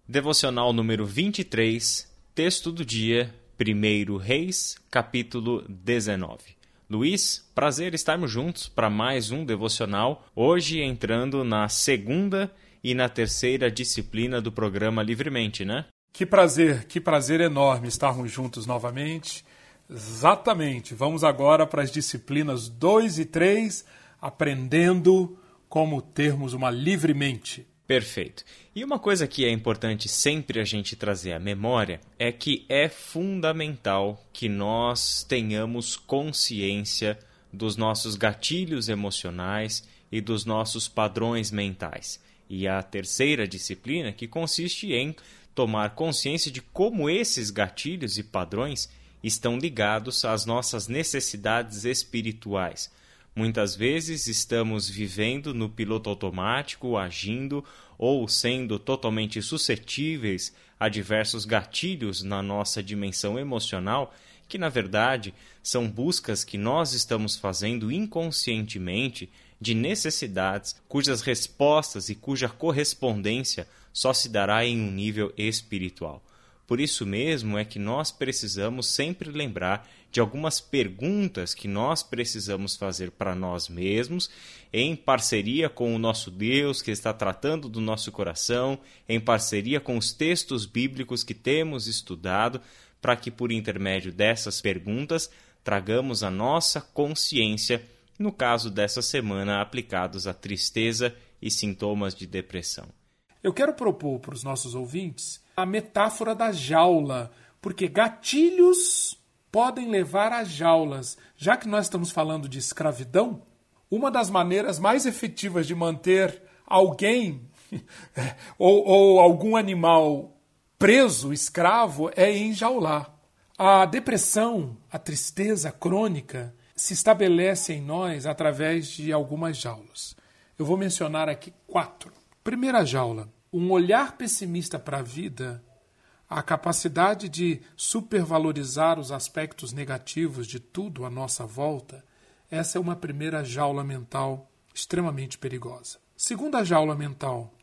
Devocional número 23, texto do dia, 1 Reis, capítulo 19. Luiz, prazer estarmos juntos para mais um devocional, hoje entrando na segunda e na terceira disciplina do programa Livremente, né? Que prazer enorme estarmos juntos novamente. Exatamente, vamos agora para as disciplinas 2 e 3, aprendendo como termos uma livremente. Perfeito. E uma coisa que é importante sempre a gente trazer à memória é que é fundamental que nós tenhamos consciência dos nossos gatilhos emocionais e dos nossos padrões mentais. E a terceira disciplina que consiste em tomar consciência de como esses gatilhos e padrões estão ligados às nossas necessidades espirituais. Muitas vezes estamos vivendo no piloto automático, agindo ou sendo totalmente suscetíveis a diversos gatilhos na nossa dimensão emocional, que na verdade são buscas que nós estamos fazendo inconscientemente de necessidades cujas respostas e cuja correspondência só se dará em um nível espiritual. Por isso mesmo é que nós precisamos sempre lembrar de algumas perguntas que nós precisamos fazer para nós mesmos, em parceria com o nosso Deus que está tratando do nosso coração, em parceria com os textos bíblicos que temos estudado, para que por intermédio dessas perguntas tragamos a nossa consciência, no caso dessa semana, aplicados à tristeza e sintomas de depressão. Eu quero propor para os nossos ouvintes a metáfora da jaula, porque gatilhos podem levar a jaulas. Já que nós estamos falando de escravidão, uma das maneiras mais efetivas de manter alguém ou algum animal preso, escravo, é enjaular. A depressão, a tristeza crônica, se estabelece em nós através de algumas jaulas. Eu vou mencionar aqui 4. Primeira jaula, um olhar pessimista para a vida, a capacidade de supervalorizar os aspectos negativos de tudo à nossa volta, essa é uma primeira jaula mental extremamente perigosa. Segunda jaula mental,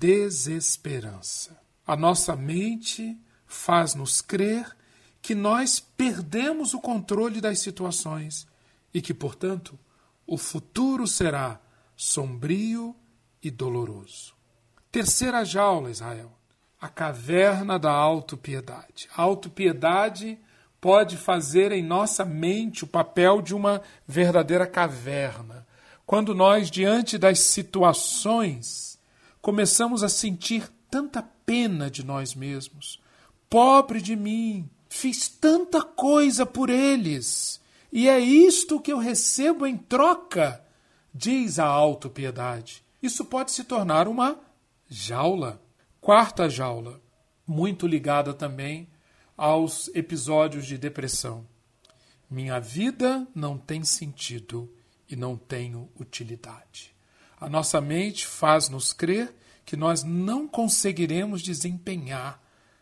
desesperança. A nossa mente faz-nos crer que nós perdemos o controle das situações e que, portanto, o futuro será sombrio e doloroso. Terceira jaula, Israel, a caverna da autopiedade. A autopiedade pode fazer em nossa mente o papel de uma verdadeira caverna. Quando nós, diante das situações, começamos a sentir tanta pena de nós mesmos. Pobre de mim, fiz tanta coisa por eles, e é isto que eu recebo em troca, diz a autopiedade. Isso pode se tornar uma jaula. Quarta jaula, muito ligada também aos episódios de depressão. Minha vida não tem sentido e não tenho utilidade. A nossa mente faz-nos crer que nós não conseguiremos desempenhar,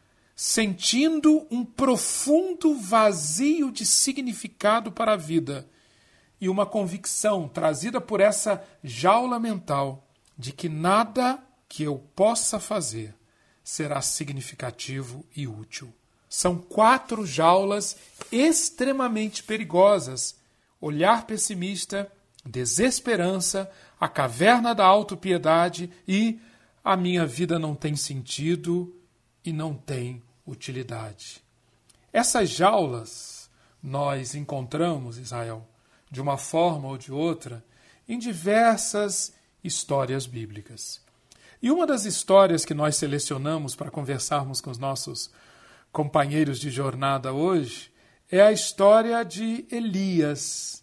sentindo um profundo vazio de significado para a vida e uma convicção trazida por essa jaula mental de que nada que eu possa fazer será significativo e útil. São 4 jaulas extremamente perigosas: olhar pessimista, desesperança, a caverna da autopiedade e a minha vida não tem sentido e não tem utilidade. Essas jaulas nós encontramos, Israel, de uma forma ou de outra, em diversas histórias bíblicas. E uma das histórias que nós selecionamos para conversarmos com os nossos companheiros de jornada hoje é a história de Elias.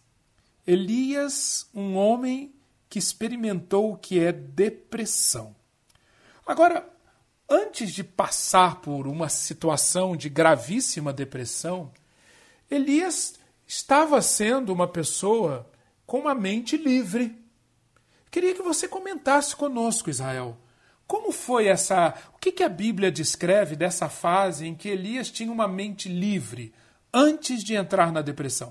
Elias, um homem que experimentou o que é depressão. Agora, antes de passar por uma situação de gravíssima depressão, Elias estava sendo uma pessoa com uma mente livre. Queria que você comentasse conosco, Israel. Como foi o que a Bíblia descreve dessa fase em que Elias tinha uma mente livre antes de entrar na depressão?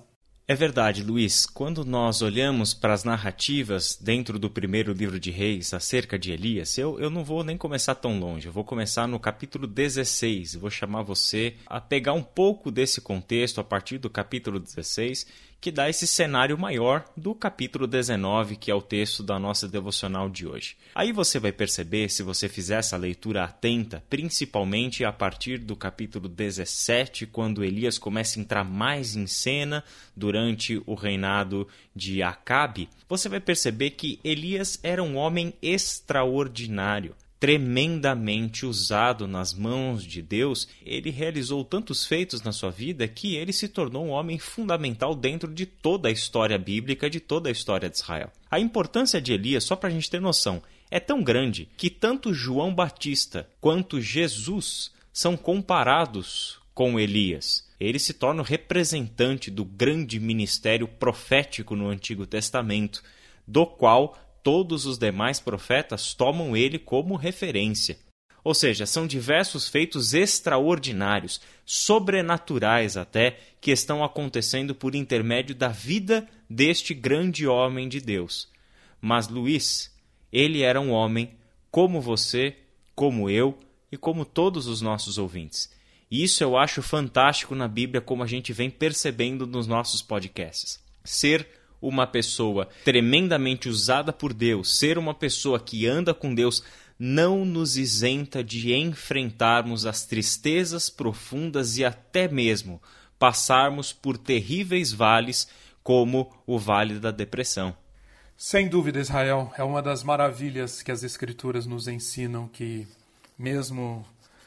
É verdade, Luiz. Quando nós olhamos para as narrativas dentro do primeiro livro de Reis acerca de Elias, eu não vou nem começar tão longe. Eu vou começar no capítulo 16. Vou chamar você a pegar um pouco desse contexto a partir do capítulo 16, que dá esse cenário maior do capítulo 19, que é o texto da nossa devocional de hoje. Aí você vai perceber, se você fizer essa leitura atenta, principalmente a partir do capítulo 17, quando Elias começa a entrar mais em cena durante o reinado de Acabe, você vai perceber que Elias era um homem extraordinário, tremendamente usado nas mãos de Deus. Ele realizou tantos feitos na sua vida que ele se tornou um homem fundamental dentro de toda a história bíblica, de toda a história de Israel. A importância de Elias, só para a gente ter noção, é tão grande que tanto João Batista quanto Jesus são comparados com Elias. Ele se torna o representante do grande ministério profético no Antigo Testamento, do qual todos os demais profetas tomam ele como referência. Ou seja, são diversos feitos extraordinários, sobrenaturais até, que estão acontecendo por intermédio da vida deste grande homem de Deus. Mas Luiz, ele era um homem como você, como eu e como todos os nossos ouvintes. E isso eu acho fantástico na Bíblia, como a gente vem percebendo nos nossos podcasts. Ser uma pessoa tremendamente usada por Deus, ser uma pessoa que anda com Deus, não nos isenta de enfrentarmos as tristezas profundas e até mesmo passarmos por terríveis vales, como o Vale da Depressão. Sem dúvida, Israel, é uma das maravilhas que as Escrituras nos ensinam, que mesmo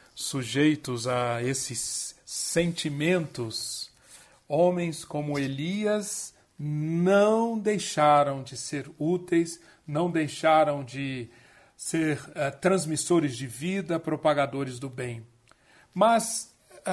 sujeitos a esses sentimentos, homens como Elias não deixaram de ser úteis, não deixaram de ser transmissores de vida, propagadores do bem. Mas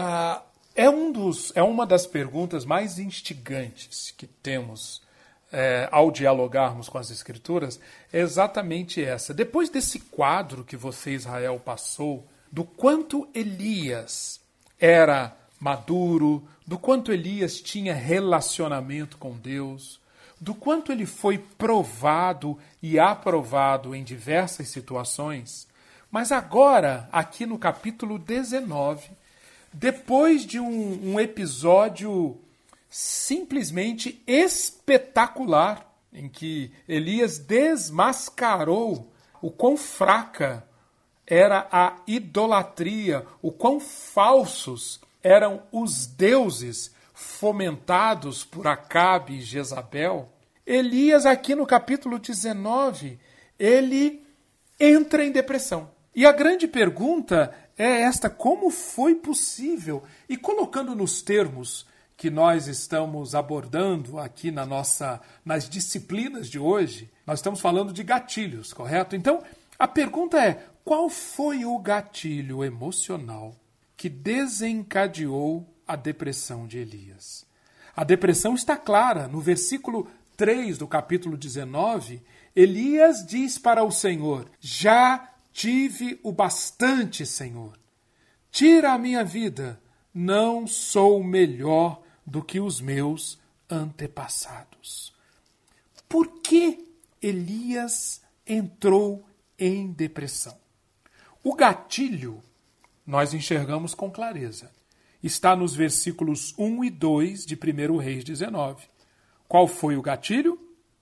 é uma das perguntas mais instigantes que temos ao dialogarmos com as Escrituras, é exatamente essa. Depois desse quadro que você, Israel, passou, do quanto Elias era maduro, do quanto Elias tinha relacionamento com Deus, do quanto ele foi provado e aprovado em diversas situações. Mas agora, aqui no capítulo 19, depois de um episódio simplesmente espetacular, em que Elias desmascarou o quão fraca era a idolatria, o quão falsos eram os deuses fomentados por Acabe e Jezabel. Elias, aqui no capítulo 19, ele entra em depressão. E a grande pergunta é esta: como foi possível? E colocando nos termos que nós estamos abordando aqui nas disciplinas de hoje, nós estamos falando de gatilhos, correto? Então, a pergunta é: qual foi o gatilho emocional que desencadeou a depressão de Elias? A depressão está clara. No versículo 3 do capítulo 19, Elias diz para o Senhor: já tive o bastante, Senhor. Tira a minha vida. Não sou melhor do que os meus antepassados. Por que Elias entrou em depressão? O gatilho nós enxergamos com clareza. Está nos versículos 1 e 2 de 1 Reis 19. Qual foi o gatilho?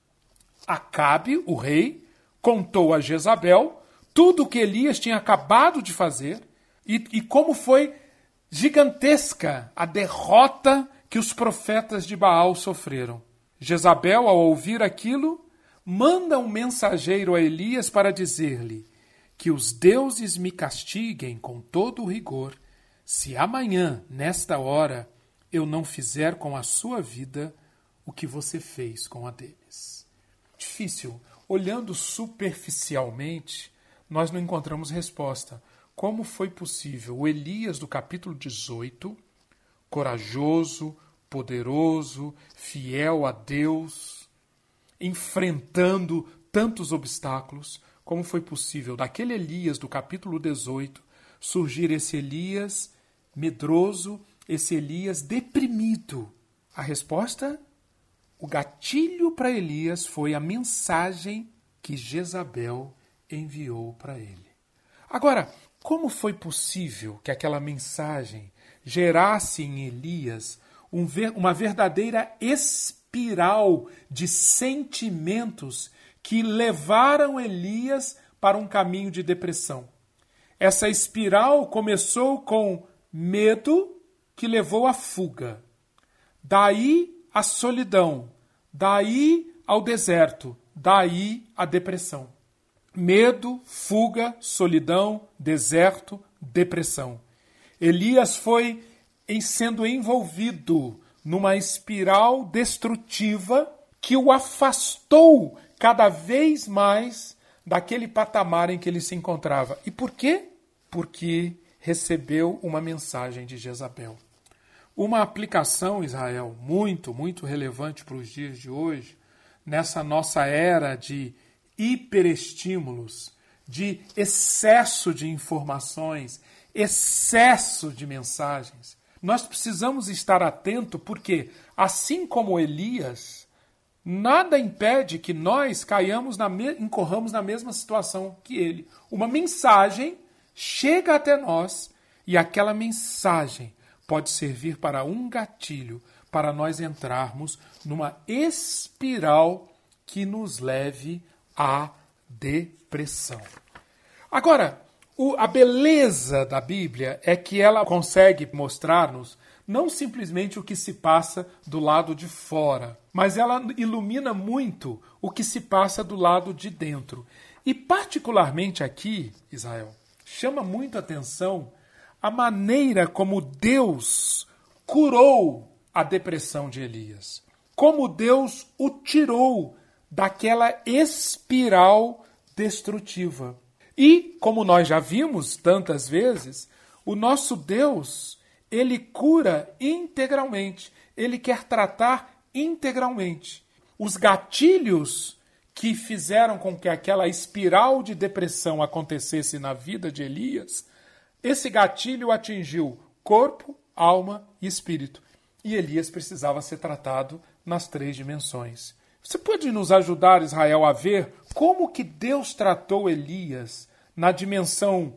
Acabe, o rei, contou a Jezabel tudo o que Elias tinha acabado de fazer e como foi gigantesca a derrota que os profetas de Baal sofreram. Jezabel, ao ouvir aquilo, manda um mensageiro a Elias para dizer-lhe: que os deuses me castiguem com todo o rigor, se amanhã, nesta hora, eu não fizer com a sua vida o que você fez com a deles. Difícil. Olhando superficialmente, nós não encontramos resposta. Como foi possível o Elias do capítulo 18, corajoso, poderoso, fiel a Deus, enfrentando tantos obstáculos, como foi possível daquele Elias do capítulo 18 surgir esse Elias medroso, esse Elias deprimido? A resposta O gatilho para Elias foi a mensagem que Jezabel enviou para ele. Agora, como foi possível que aquela mensagem gerasse em Elias uma verdadeira espiral de sentimentos que levaram Elias para um caminho de depressão? Essa espiral começou com medo que levou à fuga. Daí a solidão, daí ao deserto, daí a depressão. Medo, fuga, solidão, deserto, depressão. Elias foi sendo envolvido numa espiral destrutiva que o afastou cada vez mais daquele patamar em que ele se encontrava. E por quê? Porque recebeu uma mensagem de Jezabel. Uma aplicação, Israel, muito, muito relevante para os dias de hoje, nessa nossa era de hiperestímulos, de excesso de informações, excesso de mensagens. Nós precisamos estar atentos porque, assim como Elias, nada impede que nós incorramos na mesma situação que ele. Uma mensagem chega até nós e aquela mensagem pode servir para um gatilho para nós entrarmos numa espiral que nos leve à depressão. Agora, a beleza da Bíblia é que ela consegue mostrar-nos não simplesmente o que se passa do lado de fora, mas ela ilumina muito o que se passa do lado de dentro. E particularmente aqui, Israel, chama muito a atenção a maneira como Deus curou a depressão de Elias. Como Deus o tirou daquela espiral destrutiva. E, como nós já vimos tantas vezes, o nosso Deus, ele cura integralmente. Ele quer tratar integralmente. Os gatilhos que fizeram com que aquela espiral de depressão acontecesse na vida de Elias, esse gatilho atingiu corpo, alma e espírito. E Elias precisava ser tratado nas 3 dimensões. Você pode nos ajudar, Israel, a ver como que Deus tratou Elias na dimensão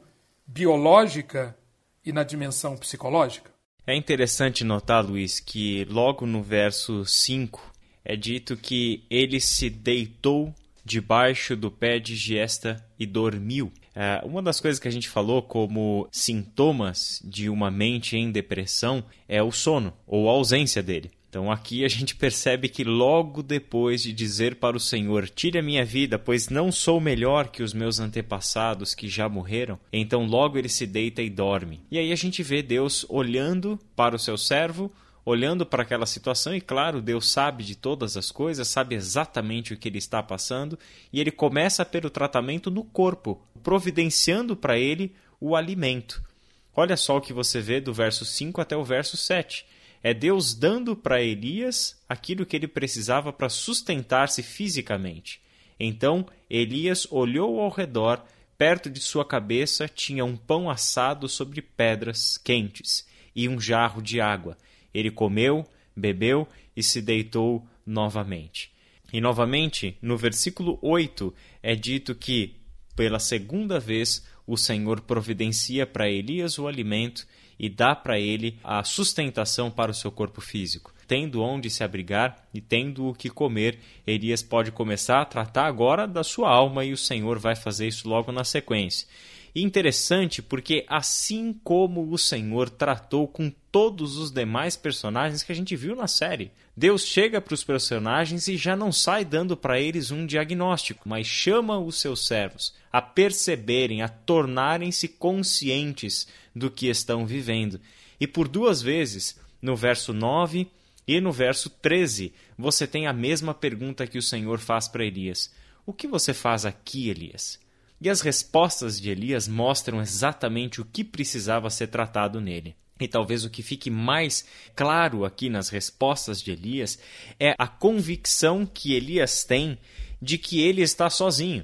biológica e na dimensão psicológica? É interessante notar, Luiz, que logo no verso 5 é dito que ele se deitou debaixo do pé de giesta e dormiu. Uma das coisas que a gente falou como sintomas de uma mente em depressão é o sono, ou a ausência dele. Então aqui a gente percebe que logo depois de dizer para o Senhor, tire a minha vida, pois não sou melhor que os meus antepassados que já morreram, então logo ele se deita e dorme. E aí a gente vê Deus olhando para o seu servo, olhando para aquela situação, e claro, Deus sabe de todas as coisas, sabe exatamente o que ele está passando, e ele começa pelo tratamento no corpo, providenciando para ele o alimento. Olha só o que você vê do verso 5 até o verso 7. É Deus dando para Elias aquilo que ele precisava para sustentar-se fisicamente. Então Elias olhou ao redor, perto de sua cabeça tinha um pão assado sobre pedras quentes e um jarro de água. Ele comeu, bebeu e se deitou novamente. E novamente, no versículo 8, é dito que, pela segunda vez, o Senhor providencia para Elias o alimento e dá para ele a sustentação para o seu corpo físico. Tendo onde se abrigar e tendo o que comer, Elias pode começar a tratar agora da sua alma e o Senhor vai fazer isso logo na sequência. E interessante porque assim como o Senhor tratou com todos os demais personagens que a gente viu na série, Deus chega para os personagens e já não sai dando para eles um diagnóstico, mas chama os seus servos a perceberem, a tornarem-se conscientes do que estão vivendo. E por 2 vezes, no verso 9 e no verso 13, você tem a mesma pergunta que o Senhor faz para Elias. O que você faz aqui, Elias? E as respostas de Elias mostram exatamente o que precisava ser tratado nele. E talvez o que fique mais claro aqui nas respostas de Elias é a convicção que Elias tem de que ele está sozinho.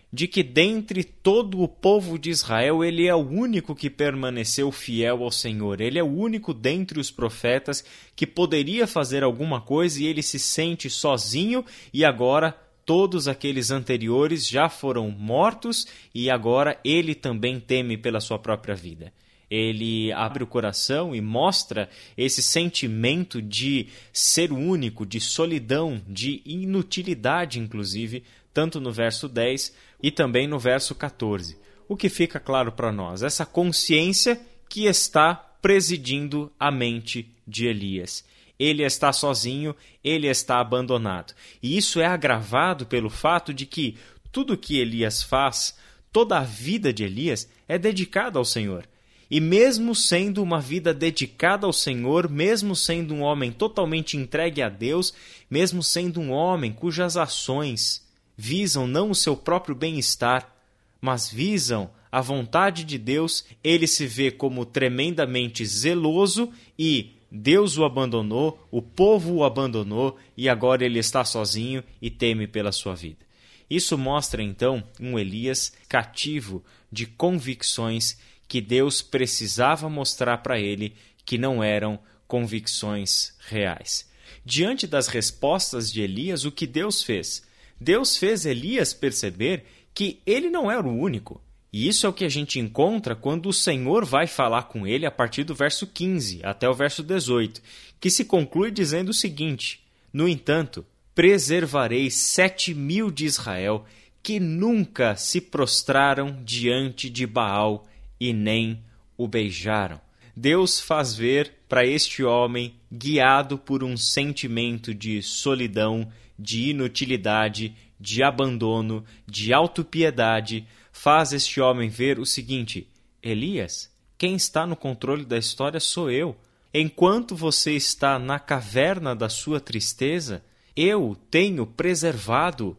de que dentre todo o povo de Israel, ele é o único que permaneceu fiel ao Senhor. Ele é o único dentre os profetas que poderia fazer alguma coisa e ele se sente sozinho e agora todos aqueles anteriores já foram mortos e agora ele também teme pela sua própria vida. Ele abre o coração e mostra esse sentimento de ser único, de solidão, de inutilidade, inclusive, tanto no verso 10 e também no verso 14. O que fica claro para nós? Essa consciência que está presidindo a mente de Elias. Ele está sozinho, ele está abandonado. E isso é agravado pelo fato de que tudo que Elias faz, toda a vida de Elias, é dedicada ao Senhor. E mesmo sendo uma vida dedicada ao Senhor, mesmo sendo um homem totalmente entregue a Deus, mesmo sendo um homem cujas ações visam não o seu próprio bem-estar, mas visam a vontade de Deus, ele se vê como tremendamente zeloso e Deus o abandonou, o povo o abandonou e agora ele está sozinho e teme pela sua vida. Isso mostra então um Elias cativo de convicções que Deus precisava mostrar para ele que não eram convicções reais. Diante das respostas de Elias, o que Deus fez? Deus fez Elias perceber que ele não era o único. E isso é o que a gente encontra quando o Senhor vai falar com ele a partir do verso 15 até o verso 18, que se conclui dizendo o seguinte: no entanto, preservarei 7.000 de Israel que nunca se prostraram diante de Baal e nem o beijaram. Deus faz ver para este homem, guiado por um sentimento de solidão, de inutilidade, de abandono, de autopiedade, faz este homem ver o seguinte: Elias, quem está no controle da história sou eu. Enquanto você está na caverna da sua tristeza, eu tenho preservado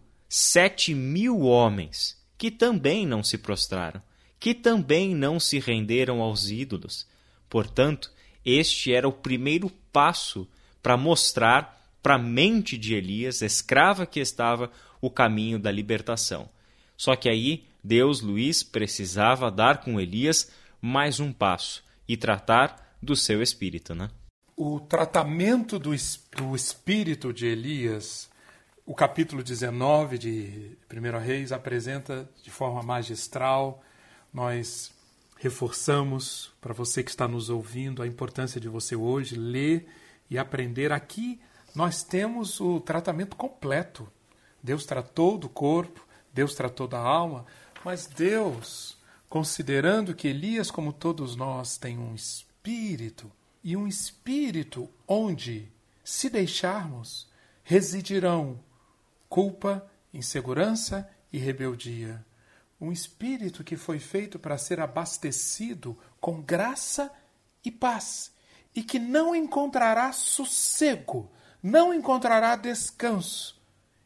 7.000 homens que também não se prostraram, que também não se renderam aos ídolos. Portanto, este era o primeiro passo para mostrar para a mente de Elias, escrava que estava, o caminho da libertação. Só que aí, Deus, Luiz, precisava dar com Elias mais um passo e tratar do seu espírito, né? O tratamento do espírito de Elias, o capítulo 19 de 1 Reis apresenta de forma magistral. Nós reforçamos para você que está nos ouvindo a importância de você hoje ler e aprender. Aqui nós temos o tratamento completo. Deus tratou do corpo, Deus tratou da alma, mas Deus, considerando que Elias, como todos nós, tem um espírito, e um espírito onde, se deixarmos, residirão culpa, insegurança e rebeldia. Um espírito que foi feito para ser abastecido com graça e paz, e que não encontrará sossego, não encontrará descanso,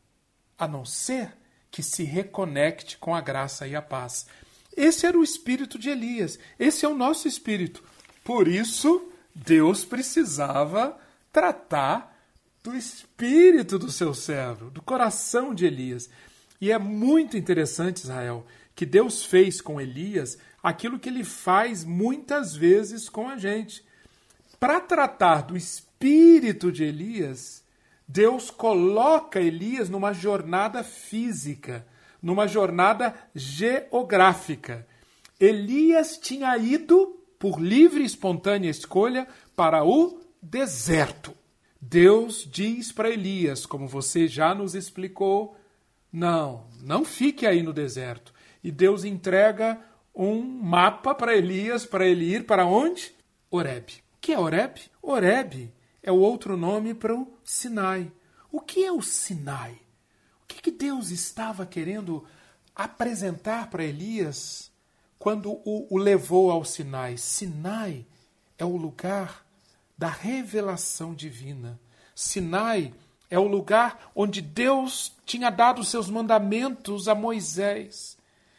a não ser que se reconecte com a graça e a paz. Esse era o espírito de Elias, esse é o nosso espírito. Por isso, Deus precisava tratar do espírito do seu servo, do coração de Elias. E é muito interessante, Israel, que Deus fez com Elias aquilo que ele faz muitas vezes com a gente. Para tratar do espírito de Elias, Deus coloca Elias numa jornada física, numa jornada geográfica. Elias tinha ido, por livre e espontânea escolha, para o deserto. Deus diz para Elias, como você já nos explicou, não fique aí no deserto. E Deus entrega um mapa para Elias, para ele ir para onde? Horebe. O que é Horebe? Horebe é o outro nome para o Sinai. O que é o Sinai? O que Deus estava querendo apresentar para Elias quando o levou ao Sinai? Sinai é o lugar da revelação divina. Sinai é o lugar onde Deus tinha dado seus mandamentos a Moisés.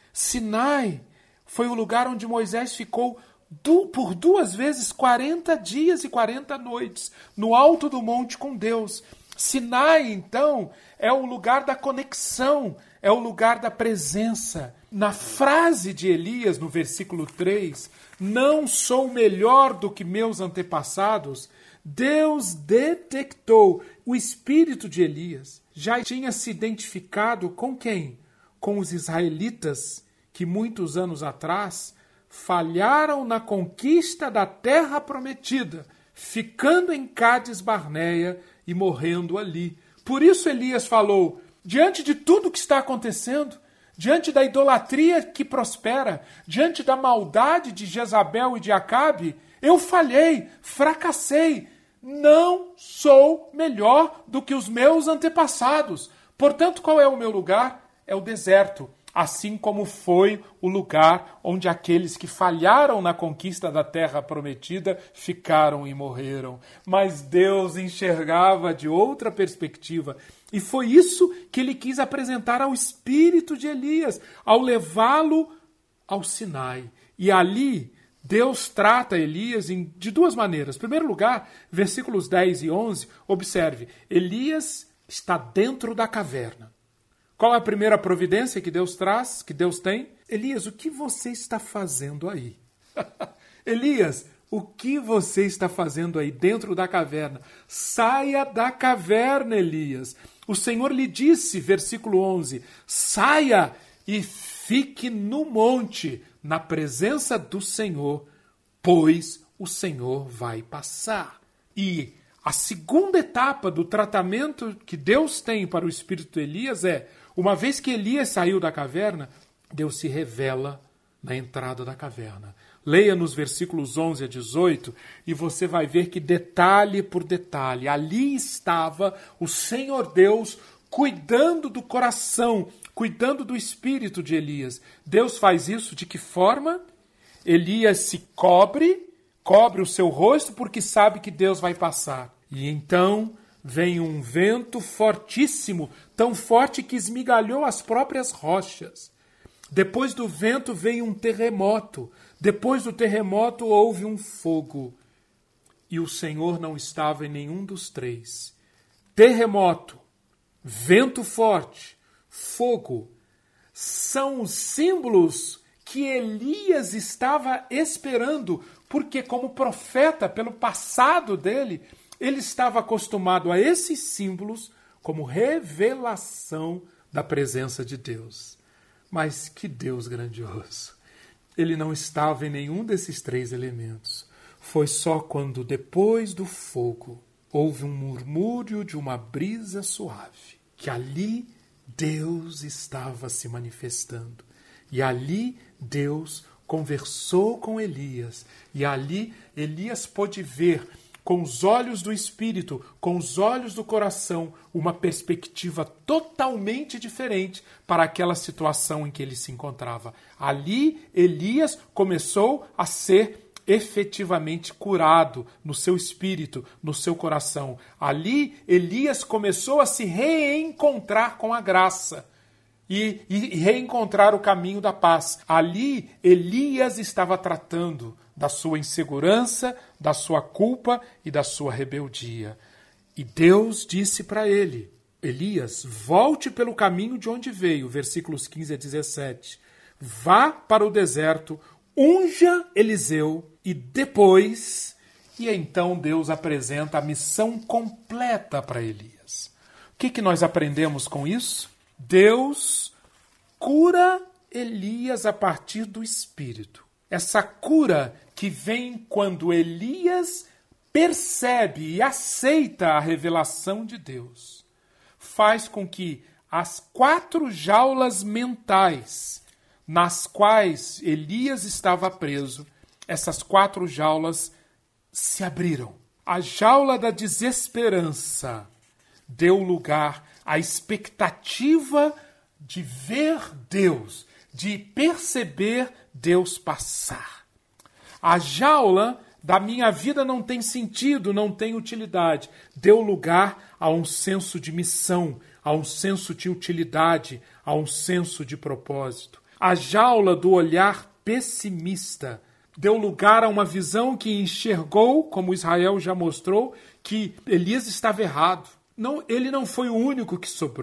Sinai foi o lugar onde Moisés ficou por 2 vezes 40 dias e 40 noites no alto do monte com Deus. Sinai, então, é o lugar da conexão, é o lugar da presença. Na frase de Elias, no versículo 3, não sou melhor do que meus antepassados, Deus detectou o espírito de Elias. Já tinha se identificado com quem? Com os israelitas que muitos anos atrás falharam na conquista da terra prometida, ficando em Cádiz Barneia e morrendo ali. Por isso Elias falou, diante de tudo que está acontecendo, diante da idolatria que prospera, diante da maldade de Jezabel e de Acabe, eu falhei, fracassei, não sou melhor do que os meus antepassados. Portanto, qual é o meu lugar? É o deserto, assim como foi o lugar onde aqueles que falharam na conquista da terra prometida ficaram e morreram. Mas Deus enxergava de outra perspectiva. E foi isso que ele quis apresentar ao espírito de Elias, ao levá-lo ao Sinai. E ali Deus trata Elias de duas maneiras. Em primeiro lugar, versículos 10 e 11, observe, Elias está dentro da caverna. Qual é a primeira providência que Deus traz, que Deus tem? Elias, o que você está fazendo aí? Elias, o que você está fazendo aí dentro da caverna? Saia da caverna, Elias. O Senhor lhe disse, versículo 11, saia e fique no monte, na presença do Senhor, pois o Senhor vai passar. E a segunda etapa do tratamento que Deus tem para o espírito de Elias é, uma vez que Elias saiu da caverna, Deus se revela na entrada da caverna. Leia nos versículos 11 a 18 e você vai ver que detalhe por detalhe, ali estava o Senhor Deus cuidando do coração, cuidando do espírito de Elias. Deus faz isso de que forma? Elias se cobre o seu rosto porque sabe que Deus vai passar. E então vem um vento fortíssimo, tão forte que esmigalhou as próprias rochas. Depois do vento veio um terremoto. Depois do terremoto houve um fogo. E o Senhor não estava em nenhum dos três. Terremoto, vento forte, fogo, são os símbolos que Elias estava esperando, porque como profeta, pelo passado dele, ele estava acostumado a esses símbolos como revelação da presença de Deus. Mas que Deus grandioso! Ele não estava em nenhum desses três elementos. Foi só quando, depois do fogo, houve um murmúrio de uma brisa suave, que ali Deus estava se manifestando. E ali Deus conversou com Elias. E ali Elias pôde ver, com os olhos do espírito, com os olhos do coração, uma perspectiva totalmente diferente para aquela situação em que ele se encontrava. Ali, Elias começou a ser efetivamente curado no seu espírito, no seu coração. Ali, Elias começou a se reencontrar com a graça e reencontrar o caminho da paz. Ali, Elias estava tratando da sua insegurança, da sua culpa e da sua rebeldia. E Deus disse para ele, Elias, volte pelo caminho de onde veio, versículos 15 a 17. Vá para o deserto, unja Eliseu e depois... E então Deus apresenta a missão completa para Elias. O que nós aprendemos com isso? Deus cura Elias a partir do Espírito. Essa cura que vem quando Elias percebe e aceita a revelação de Deus, faz com que as 4 jaulas mentais nas quais Elias estava preso, essas 4 jaulas se abriram. A jaula da desesperança deu lugar à expectativa de ver Deus, de perceber Deus passar. A jaula da minha vida não tem sentido, não tem utilidade. Deu lugar a um senso de missão, a um senso de utilidade, a um senso de propósito. A jaula do olhar pessimista deu lugar a uma visão que enxergou, como Israel já mostrou, que Elias estava errado. Não, ele não foi o único que sobrou.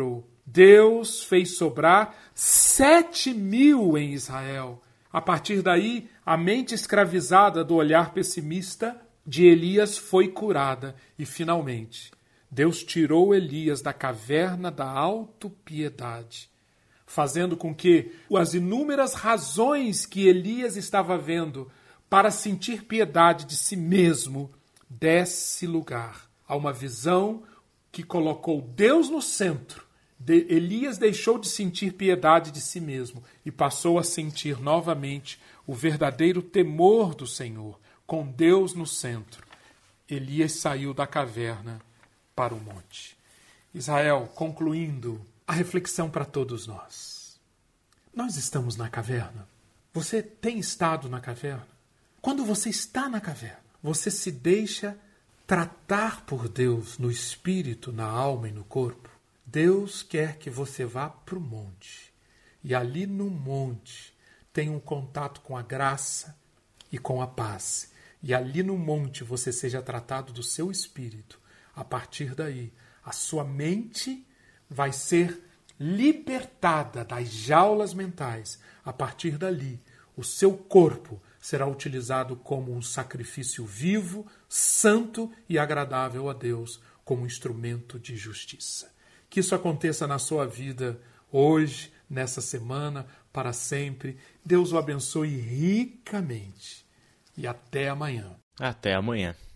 Deus fez sobrar 7.000 em Israel. A partir daí, a mente escravizada do olhar pessimista de Elias foi curada. E, finalmente, Deus tirou Elias da caverna da autopiedade, fazendo com que as inúmeras razões que Elias estava vendo para sentir piedade de si mesmo desse lugar a uma visão que colocou Deus no centro. Elias deixou de sentir piedade de si mesmo e passou a sentir novamente o verdadeiro temor do Senhor, com Deus no centro. Elias saiu da caverna para o monte. Israel, concluindo a reflexão para todos nós. Nós estamos na caverna. Você tem estado na caverna? Quando você está na caverna, você se deixa tratar por Deus no espírito, na alma e no corpo? Deus quer que você vá para o monte. E ali no monte tenha um contato com a graça e com a paz. E ali no monte você seja tratado do seu espírito. A partir daí, a sua mente vai ser libertada das jaulas mentais. A partir dali, o seu corpo será utilizado como um sacrifício vivo, santo e agradável a Deus, como instrumento de justiça. Que isso aconteça na sua vida hoje, nessa semana, para sempre. Deus o abençoe ricamente. E até amanhã. Até amanhã.